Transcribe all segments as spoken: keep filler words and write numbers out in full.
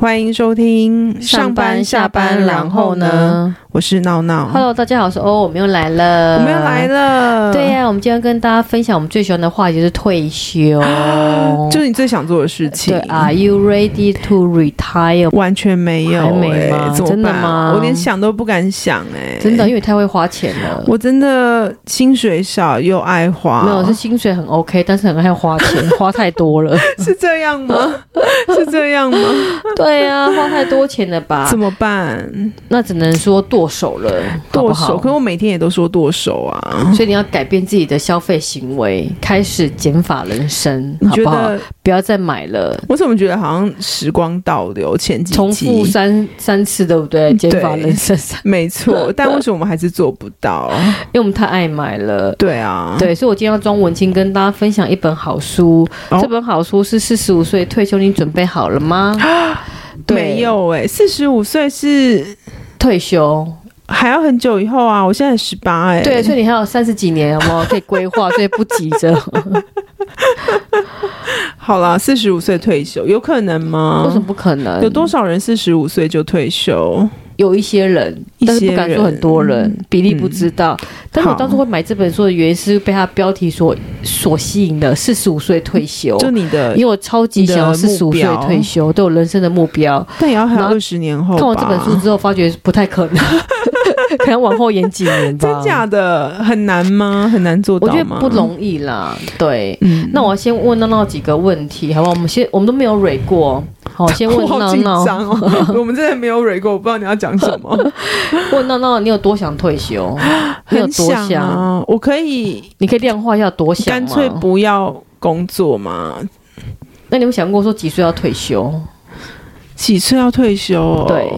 欢迎收听上班下班然后呢， 我是闹闹。 Hello， 大家好，我是欧，我们又来了， 我们又来了。 对呀、啊，我们今天跟大家分享我们最喜欢的话题就是退休， 就是你最想做的事情。 对 ，Are you ready to retire？ 完全没有、欸， 还没吗？真的吗？ 我连想都不敢想、欸，哎， 真的，因为太会花钱了。 我真的薪水少又爱花， 没有，是薪水很 OK， 但是很爱花钱，花太多了。 是这样吗？是这样吗？ 对啊，花太多钱了吧？ 怎么办？ 那只能说剁手了， 剁手。 好不好？ 可是我每天也都说剁手啊， 所以你要改变自己的消费行为，开始减法人生， 你觉得好不好？不要再买了。 我怎么觉得好像时光倒流，前几集重复三三次，对不对？减法人生， 没错。但为什么我们还是做不到？ 因为我们太爱买了。 对啊， 对，所以我今天要装文青，跟大家分享一本好书。哦、这本好书是四十五岁退休，你准备好了吗？ 没有哎、欸，四十五岁是退休。 还要很久以后啊！我现在十八哎， 对，所以你还有三十几年，有没有可以规划？所以不急着。 好啦，四十五岁退休有可能吗？ 为什么不可能？ 有多少人四十五岁就退休？ 有一些人，但是不敢说很多人，嗯、比例不知道。嗯、但是我当初会买这本书的原因是被它标题所所吸引的，四十五岁退休。就你的，因为我超级想要四十五岁退休，对我人生的目标。 但也要还有二十年后吧。 看完这本书之后，发觉不太可能。可能往后延几年吧。 真假的很难吗？很难做到吗？ 我觉得不容易啦。对，嗯、那我要先问闹闹几个问题，好不好？我们先，我们都没有蕊过。好，先问闹闹。 哦、我们真的没有蕊过，我不知道你要讲什么。 问闹闹，你有多想退休？你有多想？ 想啊！我可以， 你可以量化一下多想吗？ 干脆不要工作嘛。 那你有想过说几岁要退休？ 几岁要退休、哦？ 对。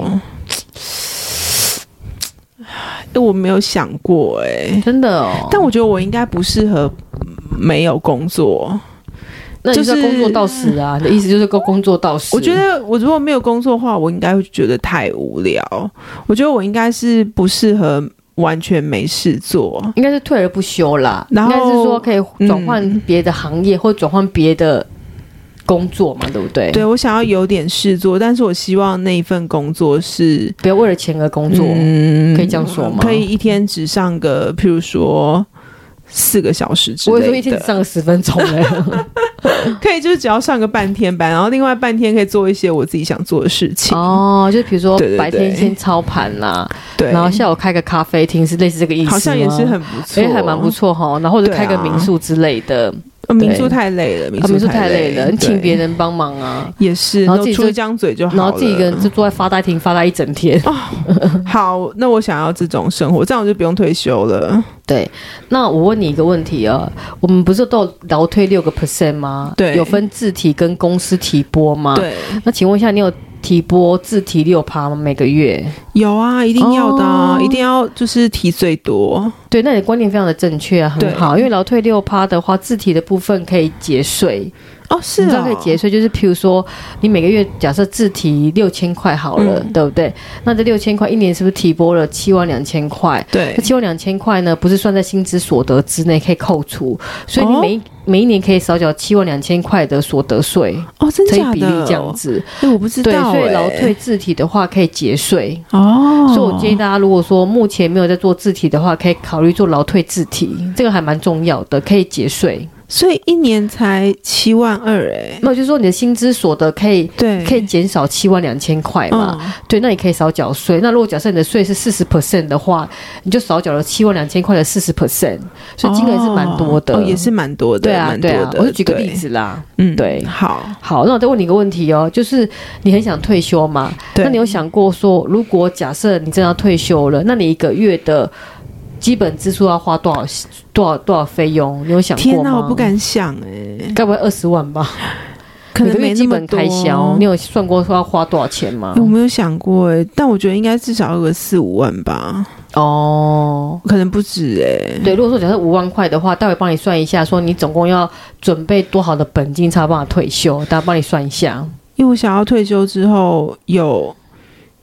我没有想过哎、欸， 真的哦。 但我觉得我应该不适合没有工作。 那你就是工作到死啊！你的意思就是够工作到死。 我觉得我如果没有工作的话，我应该会觉得太无聊。我觉得我应该是不适合完全没事做， 应该是退而不休啦。 然后应该是说可以转换别的行业、嗯、或转换别的工作嘛，对不对？ 对，我想要有点事做，但是我希望那一份工作是不要为了钱而工作，嗯、可以这样说吗？ 可以一天只上个，譬如说四个小时之类的。 我会说一天只上个十分钟嘞。 可以，就是只要上个半天班，然后另外半天可以做一些我自己想做的事情。 哦，就比如说白天先操盘啦，对，然后下午开个咖啡厅，是类似这个意思吗？ 好像也是很不错， 哎、欸，还蛮不错哈。然后或者开个民宿之类的。 呃、民宿太累了，民宿太累了，啊、民宿太累了， 你请别人帮忙啊， 也是，然后自己出一张嘴就好了， 然后自己一个人就坐在发呆亭发呆一整天。哦、 好，那我想要这种生活，这样我就不用退休了。 对，那我问你一个问题啊，我们不是都有劳退六个 percent 吗？ 对， 有分自提跟公司提拨吗？ 对， 那请问一下，你有提拨自提六趴吗？每个月？ 有啊，一定要的、啊哦，一定要就是提最多。 对，那你的观念非常的正确啊，很好。因为劳退六趴的话，自提的部分可以节税。 哦，是啊、哦， 你知道可以节税，就是譬如说，你每个月假设自提六千块好了、嗯，对不对？那这六千块一年是不是提拨了七万两千块？ 对， 那七万两千块呢，不是算在薪资所得之内可以扣除，所以你每一、哦、每一年可以少缴七万两千块的所得税。 哦，真假的？ 这一比例这样子， 哎，我不知道、欸。 对，所以劳退自提的话可以节税。 哦， 所以我建议大家，如果说目前没有在做自提的话，可以考虑做劳退自提，这个还蛮重要的，可以节税。 所以一年才七万二哎， 那就是说你的薪资所得可以对可以减少七万两千块嘛、嗯？对，那你可以少缴税。那如果假设你的税是四十 percent 的话，你就少缴了七万两千块的四十 percent， 所以金额也是蛮多的、 哦哦，也是蛮多的， 对啊， 蛮多的。 对啊，我就举个例子啦， 嗯， 对， 好， 好，那我再问你一个问题哦，就是你很想退休嘛？那你有想过说，如果假设你真的要退休了，那你一个月的基本支出要花多少多少多少费用？你有想过吗？ 天哪，我不敢想哎、欸， 该不会二十万吧？ 可能没那么多。 基本开销，你有算过说要花多少钱吗？ 我没有想过哎、欸，但我觉得应该至少有个四五万吧。 哦， 可能不止哎、欸。 对，如果说假设五万块的话，待会帮你算一下，说你总共要准备多少的本金才有办法退休，大家帮你算一下。 因为我想要退休之后有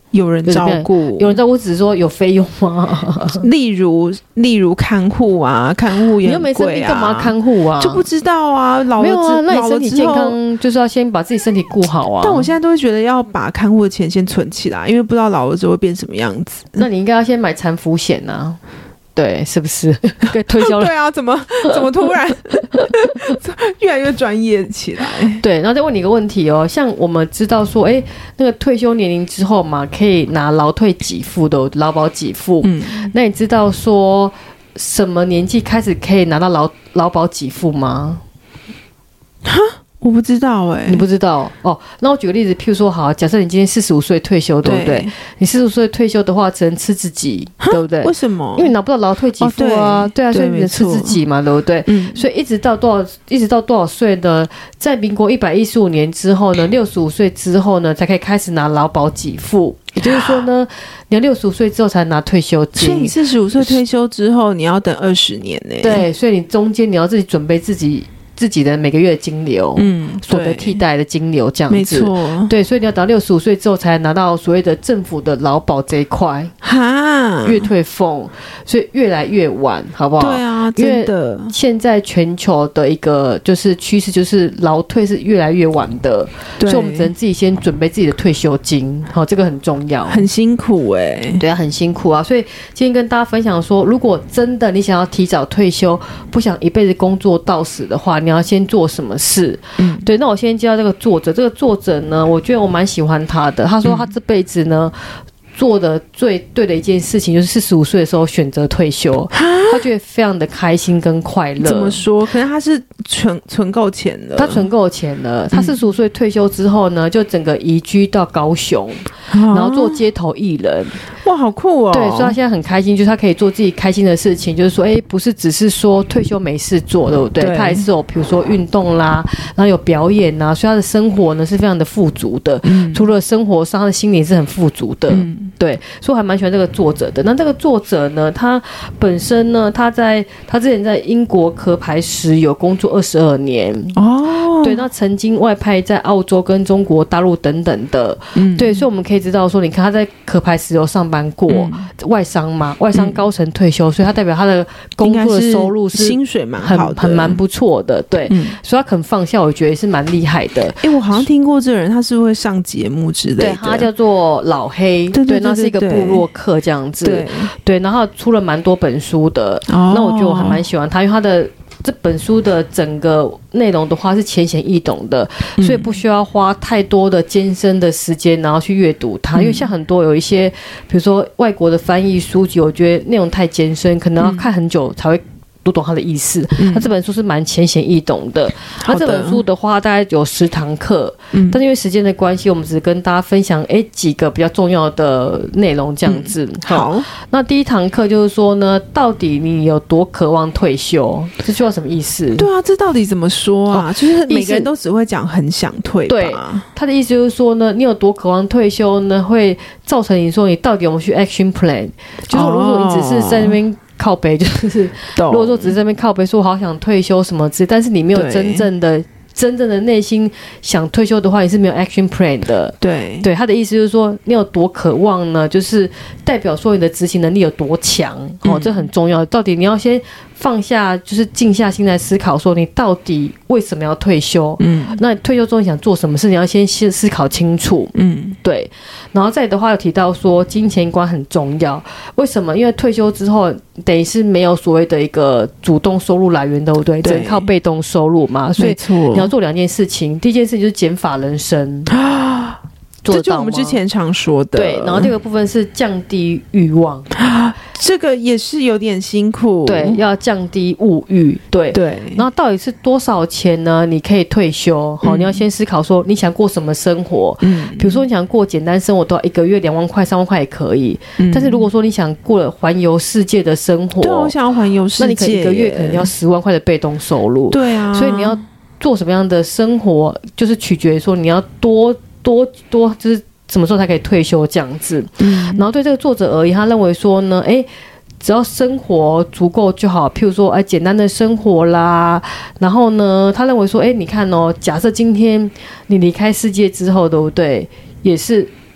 有人照顾， 有人照顾，只是说有费用吗？ 例如，例如看护啊，看护也很贵啊。你又没生病， 干嘛看护啊？ 就不知道啊，老了没有啊，那你身体健老了康就是要先把自己身体顾好啊。 但我现在都会觉得要把看护的钱先存起来，因为不知道老了之后会变什么样子。 那你应该要先买残服险啊。对，是不是？推销了。 对啊，怎么怎么突然越来越专业起来？ 对，然后再问你一个问题哦，像我们知道说，哎，那个退休年龄之后嘛，可以拿劳退给付的劳保给付。嗯，那你知道说什么年纪开始可以拿到劳劳保给付吗？ 哈？我不知道哎、欸， 你不知道哦。那我举个例子，譬如说，好，假设你今天四十五岁退休，对不对？你四十五岁退休的话，只能吃自己，对不对？ 为什么？ 因为你拿不到劳退给付啊，哦、对, 对啊，所以你只能吃自己嘛，对不对？嗯。所以一直到多少，一直到多少岁呢？在民国一百一十五年之后呢，六十五岁之后呢，才可以开始拿劳保给付。也就是说呢，你要六十五岁之后才拿退休金。 所以你四十五岁退休之后，你要等二十年呢、欸。 对，所以你中间你要自己准备自己。自己的每个月的金流，嗯，所得替代的金流这样子， 没错， 对，所以你要到六十五岁之后才拿到所谓的政府的劳保这一块， 哈， 月退俸，所以越来越晚，好不好？ 对啊，真的， 现在全球的一个就是趋势，就是劳退是越来越晚的，所以我们只能自己先准备自己的退休金，好，这个很重要， 很辛苦哎、欸， 对啊，很辛苦啊，所以今天跟大家分享说，如果真的你想要提早退休，不想一辈子工作到死的话，你你要先做什么事？嗯，对，那我先介绍这个作者。这个作者呢，我觉得我蛮喜欢他的。他说他这辈子呢、嗯、做的最对的一件事情，就是四十五岁的时候选择退休。他觉得非常的开心跟快乐。 怎么说？可能他是存存够钱了， 他存够钱了。他四十五岁退休之后呢，就整个移居到高雄， 嗯、 然后做街头艺人。 哇，好酷哦！ 对，所以他现在很开心，就是他可以做自己开心的事情，就是说，哎，不是只是说退休没事做，对不对？对，他还是有，比如说运动啦，然后有表演啦，所以他的生活呢是非常的富足的。嗯，除了生活上，他的心灵是很富足的。嗯，对，所以我还蛮喜欢这个作者的。那这个作者呢，他本身呢，他在他之前在英国壳牌石油工作二十二年哦，对，那曾经外派在澳洲跟中国大陆等等的。嗯，对，所以我们可以知道说，你看他在壳牌石油上班过、嗯、外商嘛，外商高层退休、嗯、所以他代表他的工作的收入是薪水蛮好的， 很蛮不错的，对、嗯，所以他肯放下，我觉得也是蛮厉害的。 哎、欸，我好像听过这个人，他是会上节目之类的， 对，他叫做老黑，对, 对, 对, 对, 对, 对，那是一个部落客这样子，对对，然后出了蛮多本书的，哦、那我觉得我还蛮喜欢他，因为他的。这本书的整个内容的话是浅显易懂的、嗯、所以不需要花太多的艰深的时间然后去阅读它、嗯、因为像很多有一些比如说外国的翻译书籍，我觉得内容太艰深，可能要看很久才会读懂它的意思。嗯、它这本书是蛮浅显易懂的。那这本书的话大概有十堂课、嗯、但是因为时间的关系，我们只是跟大家分享诶几个比较重要的内容这样子、嗯、 好， 那第一堂课就是说呢，到底你有多渴望退休？这句话什么意思？ 对啊，这到底怎么说啊、哦、就是每个人都只会讲很想退吧。 对，他的意思就是说呢，你有多渴望退休呢，会造成你说你到底有没有去 action plan， 就是如果你只是在那边靠北，就是如果说只是在那边靠北说我好想退休什么之类，但是你没有真正的真正的内心想退休的话，你是没有 action plan 的。 对对， 他的意思就是说你有多渴望呢，就是代表说你的执行能力有多强、嗯、哦，这很重要。到底你要先放下，就是静下心来思考说你到底为什么要退休，嗯，那你退休之后你想做什么事，你要先先思考清楚，嗯，对。然后再的话有提到说金钱观很重要，为什么？因为退休之后等于是没有所谓的一个主动收入来源，对不对？只能靠被动收入嘛，所以你要做两件事情，第一件事情就是减法人生做得到吗？ 这就是我们之前常说的。 对，然后第二个部分是降低欲望， 这个也是有点辛苦。 对，要降低物欲。对对。然后到底是多少钱呢？你可以退休。好、嗯，你要先思考说你想过什么生活。嗯，比如说你想过简单生活，都要一个月两万块、三万块也可以。嗯，但是如果说你想过了环游世界的生活， 对，我想要环游世界， 那你可能一个月可能要十万块的被动收入。 对啊， 所以你要做什么样的生活，就是取决于说你要多。多多就是什么时候才可以退休这样子、嗯、然后对这个作者而言，他认为说呢，诶只要生活足够就好，譬如说哎简单的生活啦，然后呢他认为说，哎你看哦，假设今天你离开世界之后，对不对，也是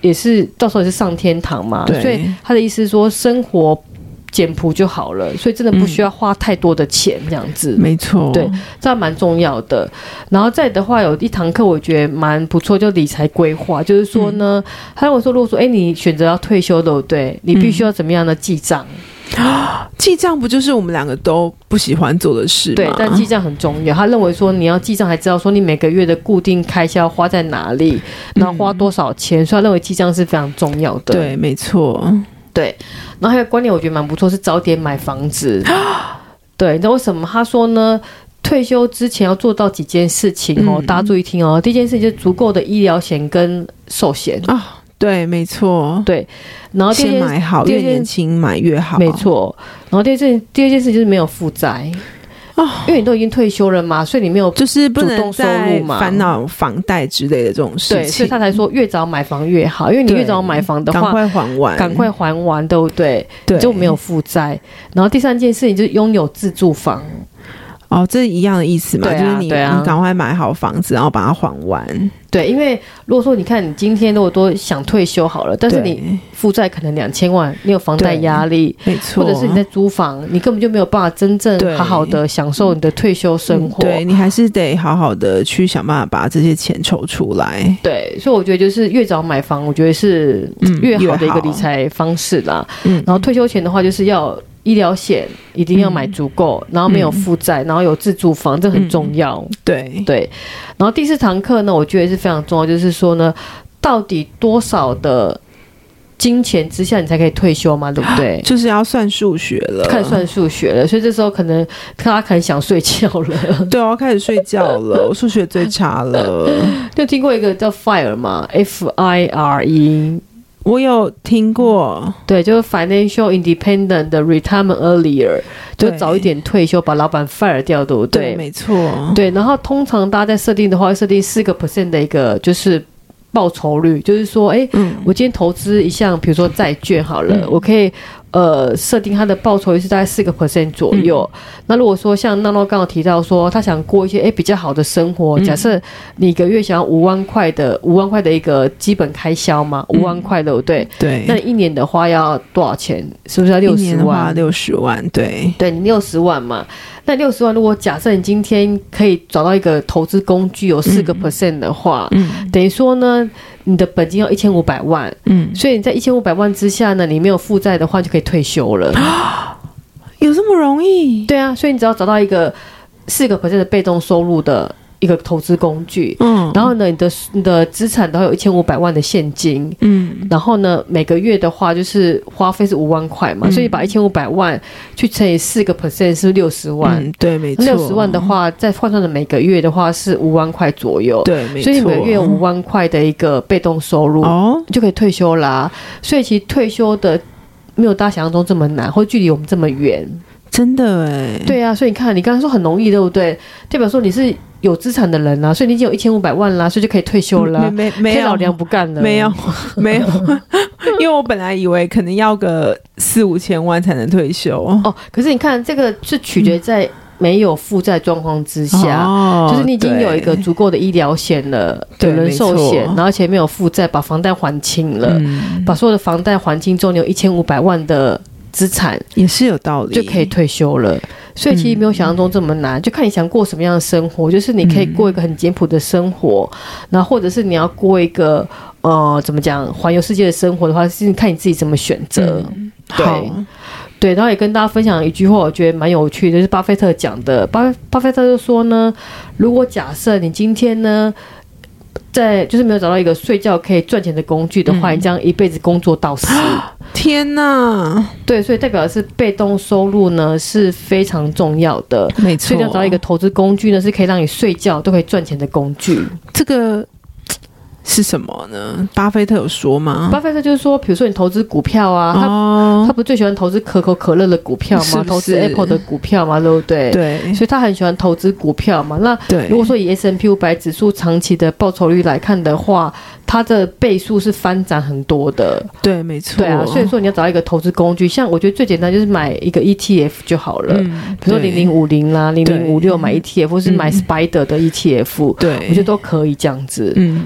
也是到时候也是上天堂嘛，所以他的意思是说生活简朴就好了，所以真的不需要花太多的钱这样子、 嗯、没错， 对，这样蛮重要的。然后再的话有一堂课我觉得蛮不错，就理财规划，就是说呢、嗯、他跟我说如果说哎你选择要退休对不对，你必须要怎么样的记账、 嗯、记账不就是我们两个都不喜欢做的事吗？ 对，但记账很重要，他认为说你要记账还知道说你每个月的固定开销花在哪里，然后花多少钱、嗯、所以他认为记账是非常重要的。 对，没错， 对。然后还有观念我觉得蛮不错，是早点买房子。对，你知道为什么？他说呢退休之前要做到几件事情哦、嗯、大家注意听哦。第一件事情就是足够的医疗险跟寿险啊，对，没错， 对。然后第二件先买好，越年轻买越好， 没错。然后第二件第二件事就是没有负债。哦、因为你都已经退休了嘛，所以你没有就是不能再烦恼房贷之类的这种事情， 对，所以他才说越早买房越好，因为你越早买房的话， 赶快还完， 赶快还完，对不对？对，就没有负债。然后第三件事情就是拥有自住房。 哦，这一样的意思嘛，啊、就是你、啊、你赶快买好房子，然后把它还完。 对，因为如果说你看你今天如果都想退休好了，但是你负债可能两千万，你有房贷压力， 没错， 或者是你在租房，你根本就没有办法真正好好的享受你的退休生活。 对，你还是得好好的去想办法把这些钱筹出来。 对，所以我觉得就是越早买房，我觉得是越好的一个理财方式啦。嗯，然后退休前的话，就是要医疗险一定要买足够、嗯、然后没有负债、嗯、然后有自住房，这很重要、嗯、 对对。然后第四堂课呢我觉得是非常重要，就是说呢到底多少的金钱之下你才可以退休嘛，对不对？ 就是要算数学了， 看算数学了，所以这时候可能他可能想睡觉了。 对，我要开始睡觉了，我数学最差了。 就听过一个叫 F I R E 嘛 F I R E， 我有听过， 对，就是 financial independent 的 retirement earlier， 就早一点退休，把老板 fire 掉，对不对？ 对，没错。对， 然后通常大家在设定的话，会设定四个 percent 的一个就是报酬率，就是说，哎、嗯，我今天投资一项，比如说债券好了，嗯、我可以。呃，设定它的报酬率是大概四个 percent 左右、嗯。那如果说像娜娜刚刚提到说，他想过一些哎比较好的生活，嗯、假设你一个月想要五万块的五万块的一个基本开销嘛，五、嗯、万块对不对？对。那你一年的话要多少钱？是不是要六十万？ 六十万，对。 对，你六十万嘛。那六十万，如果假设你今天可以找到一个投资工具有四个 percent 的话，嗯，等于说呢，你的本金要一千五百万，嗯，所以你在一千五百万之下呢，你没有负债的话，就可以退休了。 有这么容易？ 对啊，所以你只要找到一个四个 percent 的被动收入的一个投资工具，嗯，然后呢，你的你的资产都有一千五百万的现金，嗯，然后呢，每个月的话就是花费是五万块嘛，嗯、所以把一千五百万去乘以四个 percent 是六十万， 嗯，对，没错。 六十万的话，再换算的每个月的话是五万块左右， 对，没错。 所以每个月有五万块的一个被动收入，哦，就可以退休啦、啊。所以其实退休的没有大家想象中这么难，或距离我们这么远。 真的哎， 对啊，所以你看，你刚刚说很容易，对不对？代表说你是有资产的人啊，所以你已经有一千五百万啦，所以就可以退休了， 没没没有老娘不干了， 没有没有，因为我本来以为可能要个四五千万才能退休哦。 可是你看，这个是取决在没有负债状况之下、哦，就是你已经有一个足够的医疗险了，有人寿险，然后前面有负债，把房贷还清了、嗯，把所有的房贷还清之后，你有一千五百万的资产也是有道理， 就可以退休了。所以其实没有想象中这么难、嗯、就看你想过什么样的生活，就是你可以过一个很简朴的生活，然后或者是你要过一个呃怎么讲环游世界的生活的话，是看你自己怎么选择、嗯、对对。然后也跟大家分享一句话，我觉得蛮有趣的，就是巴菲特讲的。巴巴菲特就说呢，如果假设你今天呢在就是没有找到一个睡觉可以赚钱的工具的话、嗯、你这样一辈子工作到死。 天哪！ 对，所以代表的是被动收入呢是非常重要的， 没错。 所以要找到一个投资工具呢，是可以让你睡觉都可以赚钱的工具。 这个是什么呢？巴菲特有说吗？ 巴菲特就是说，比如说你投资股票啊，他、哦、他不最喜欢投资可口可乐的股票吗？是不是投资 Apple 的股票嘛，对不对？对，所以他很喜欢投资股票嘛。那如果说以 S and P 五百 指数长期的报酬率来看的话，它的倍数是翻涨很多的。 对，没错。 对啊，所以说你要找到一个投资工具，像我觉得最简单就是买一个 E T F 就好了。嗯、比如说零零五零啦、零零五六买 E T F， 或是买 Spider 的 E T F， 对，我觉得都可以这样子。嗯，对，然后。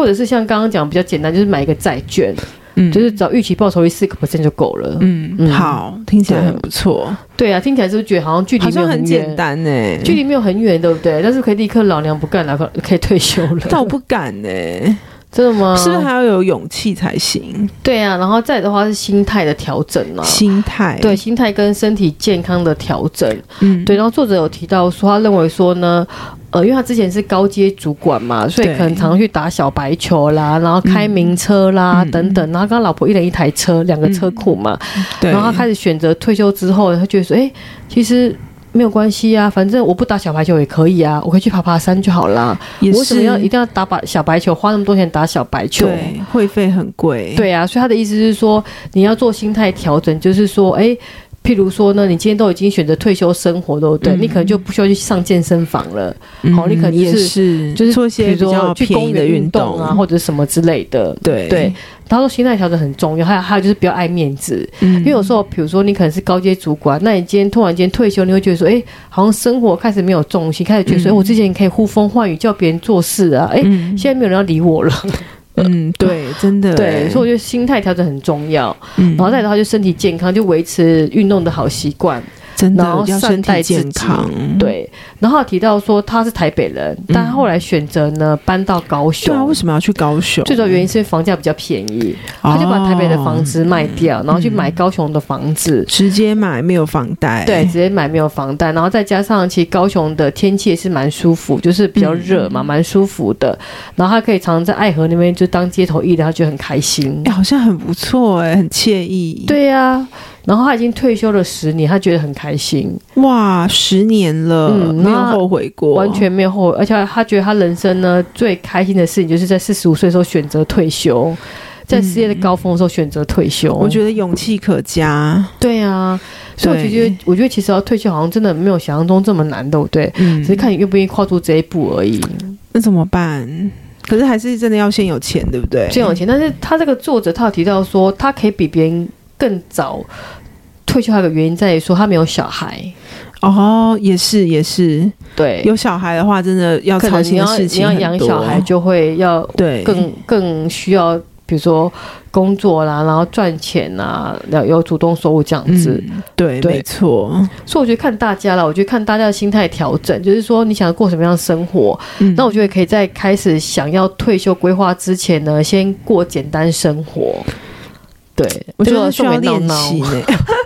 或者是像刚刚讲比较简单，就是买一个债券。嗯，就是找预期报酬率四个 percent 就够了。 嗯嗯，好，听起来很不错。 对啊，听起来是不是觉得好像距离没有很远？ 好像很简单呢、欸， 距离没有很远，对不对？但是可以立刻老娘不干了，可以退休了。 但我不敢呢、欸， 真的吗？ 是不是还要有勇气才行？ 对啊，然后再的话是心态的调整啊， 心态对，心态跟身体健康的调整。嗯，对。然后作者有提到说，他认为说呢。呃，因为他之前是高阶主管嘛，所以可能常常去打小白球啦，然后开名车啦、嗯、等等，然后跟他老婆一人一台车，两个车库嘛、嗯。对。然后他开始选择退休之后，他觉得说，哎，其实没有关系啊，反正我不打小白球也可以啊，我可以去爬爬山就好啦。我为什么要一定要打把小白球，花那么多钱打小白球？ 对，会费很贵。 对啊，所以他的意思是说，你要做心态调整，就是说，哎。譬如说呢，你今天都已经选择退休生活，对不对？嗯、你可能就不需要去上健身房了。好、嗯哦，你可能就是、 是就是做些比较便宜的运动啊，或者什么之类的。对对，他说心态调整很重要，还有还有就是不要爱面子，嗯、因为有时候比如说你可能是高阶主管，那你今天突然间退休，你会觉得说，哎，好像生活开始没有重心，开始觉得说，哎、嗯，我之前可以呼风唤雨叫别人做事啊，哎、嗯，现在没有人要理我了。 嗯，对，真的， 对，所以我觉得心态调整很重要。嗯，然后再的话就身体健康，就维持运动的好习惯。 真的， 然后善待自己， 健康。 对，然后他提到说他是台北人，嗯、但他后来选择呢搬到高雄。 对啊，为什么要去高雄？ 最主要原因是因为房价比较便宜，哦、他就把台北的房子卖掉，然后去买高雄的房子， 嗯、直接买没有房贷。 对，直接买没有房贷，然后再加上其实高雄的天气也是蛮舒服，就是比较热嘛，蛮、嗯、舒服的。然后他可以常常在爱河那边就当街头艺人，他觉得很开心。 哎、欸，好像很不错哎、欸，很惬意。 对呀、啊。然后他已经退休了十年，他觉得很开心。 哇，十年了，嗯、没有后悔过， 完全没有后悔。而且他觉得他人生呢最开心的事情，就是在四十五岁的时候选择退休，在事业的高峰的时候选择退休。 我觉得勇气可嘉。 对啊，所以我觉得，我觉得其实要退休好像真的没有想象中这么难，对不对？嗯，只是看你愿不愿意跨出这一步而已。 那怎么办？可是还是真的要先有钱，对不对？ 先有钱，但是他这个作者他有提到说，他可以比别人更早退休，还有个原因在于说他没有小孩。 哦，也是也是， 对， 有小孩的话，真的要操心的事情很多。 你要养小孩，就会要对更更需要，比如说工作啦，然后赚钱啊，要有主动收入这样子。 嗯、对, 对，没错。 所以我觉得看大家啦，我觉得看大家的心态调整，就是说你想过什么样的生活，嗯、那我觉得可以在开始想要退休规划之前呢，先过简单生活。对， 我觉得需要练习呢。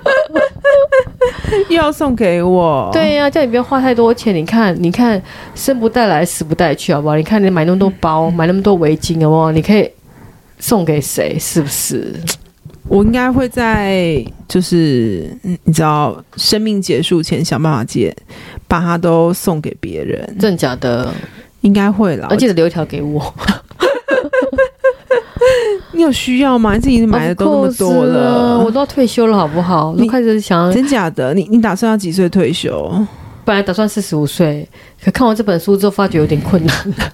又要送给我， 对呀、啊，叫你不要花太多钱。你看，你看，生不带来，死不带去，好不好？你看，你买那么多包，买那么多围巾，好不好？你可以送给谁？是不是？ 我应该会在，就是你知道，生命结束前想办法借，把它都送给别人。 真的假的？ 应该会啦。 记得留一条给我。 你有需要吗？你自己买的都那么多了， 我都要退休了，好不好？我开始想， 真假的？你你打算要几岁退休？ 本来打算四十五岁，可看完这本书之后，发觉有点困难。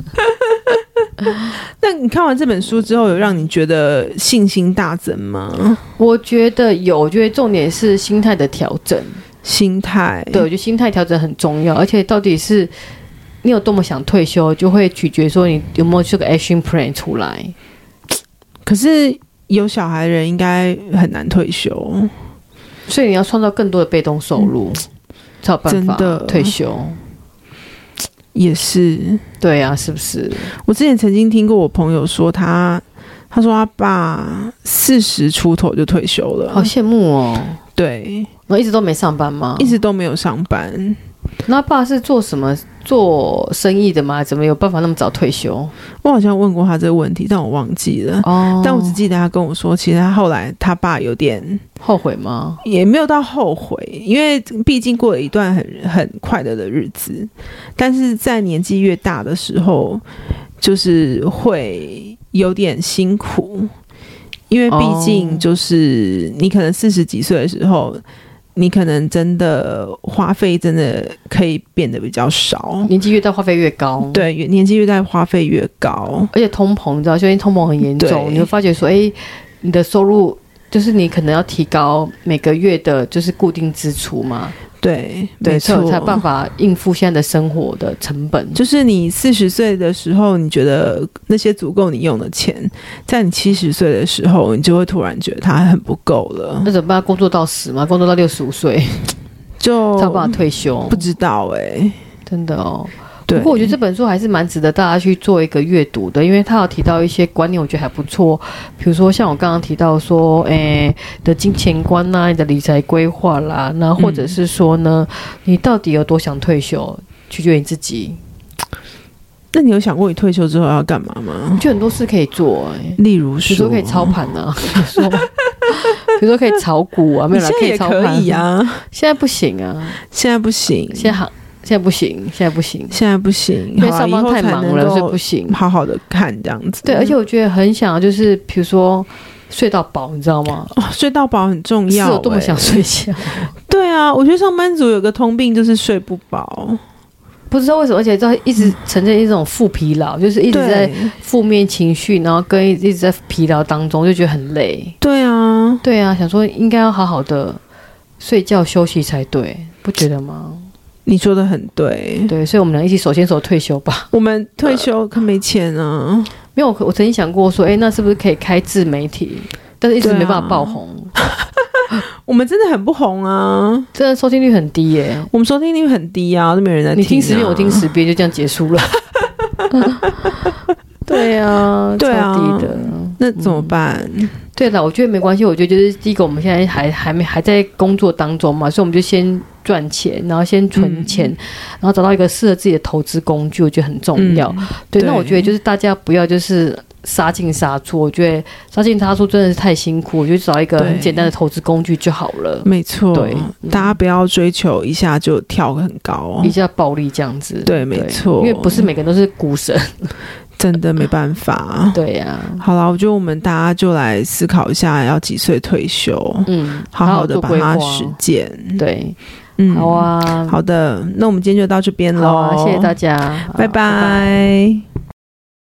那你看完这本书之后，有让你觉得信心大增吗？ 我觉得有，我觉得重点是心态的调整。 心态， 对，我觉得心态调整很重要，而且到底是你有多么想退休，就会取决说你有没有这个 action plan 出来。 可是有小孩的人应该很难退休， 所以你要创造更多的被动收入，嗯、才有办法退休。 也是， 对啊，是不是？ 我之前曾经听过我朋友说他，他说他爸四十出头就退休了， 好羡慕哦。 对， 我一直都没上班吗？ 一直都没有上班。 那爸是做什么？做生意的吗？怎么有办法那么早退休？ 我好像问过他这个问题，但我忘记了。哦，但我只记得他跟我说，其实他后来他爸有点后悔吗？ 也没有到后悔，因为毕竟过了一段很很快乐的日子，但是在年纪越大的时候，就是会有点辛苦，因为毕竟就是你可能四十几岁的时候。你可能真的花费真的可以变得比较少， 年纪越大花费越高。 对，年纪越大花费越高， 而且通膨，你知道，最近通膨很严重，你会发觉说，哎，你的收入就是你可能要提高每个月的，就是固定支出嘛。 对对，所以我才办法应付现在的生活的成本。 就是你四十岁的时候你觉得那些足够你用的钱，在你七十岁的时候你就会突然觉得它很不够了。 那怎么办？工作到死吗？工作到六十五岁就才有办法退休？ 不知道哎、欸， 真的哦。不过我觉得这本书还是蛮值得大家去做一个阅读的，因为他有提到一些观念我觉得还不错，比如说像我刚刚提到说诶的金钱观啦、你的理财规划啦，那或者是说呢、嗯、你到底有多想退休取决于你自己。 那你有想过你退休之后要干嘛吗？ 就很多事可以做、欸、 例如说比如说可以操盘啊比如说比如说可以炒股啊，没有啦，可以操盘， 可以啊， 现在不行啊， 现在不行， 现在现在不行，现在不行， 现在不行， 因为上班太忙了，所以不行。 好好的看这样子。 对，而且我觉得很想，就是比如说睡到饱，你知道吗？ 哦，睡到饱很重要、欸。 是有多么想睡觉？ 对啊，我觉得上班族有个通病就是睡不饱， 不知道为什么，而且在一直呈现一种负疲劳，就是一直在负面情绪，然后跟一直在疲劳当中，就觉得很累。 对啊， 对啊，想说应该要好好的睡觉休息才对，不觉得吗？ 你说的很对， 对，所以我们俩一起手牵手退休吧。 我们退休可没钱啊， 没有，我曾经想过说，哎，那是不是可以开自媒体？但是一直没办法爆红。 啊、我们真的很不红啊， 真的收听率很低耶、欸。 我们收听率很低啊，都没人在听、啊。 你听十遍，我听十遍，就这样结束了。对啊， 对啊， 超低的， 那怎么办？ 嗯、对了，我觉得没关系。我觉得就是第一个，我们现在还还没还在工作当中嘛，所以我们就先赚钱，然后先存钱、嗯，然后找到一个适合自己的投资工具，我觉得很重要。嗯、对，对，那我觉得就是大家不要就是杀进杀出，我觉得杀进杀出真的是太辛苦，我就找一个很简单的投资工具就好了。 没错，对、 嗯， 大家不要追求一下就跳很高， 一下暴利这样子。 对，没错， 因为不是每个人都是股神。 真的没办法， 对呀、啊。 好了，我觉得我们大家就来思考一下，要几岁退休？嗯，好好的把它实践。 对， 嗯， 好啊， 好的，那我们今天就到这边喽、 啊，谢谢大家， 拜拜。拜拜。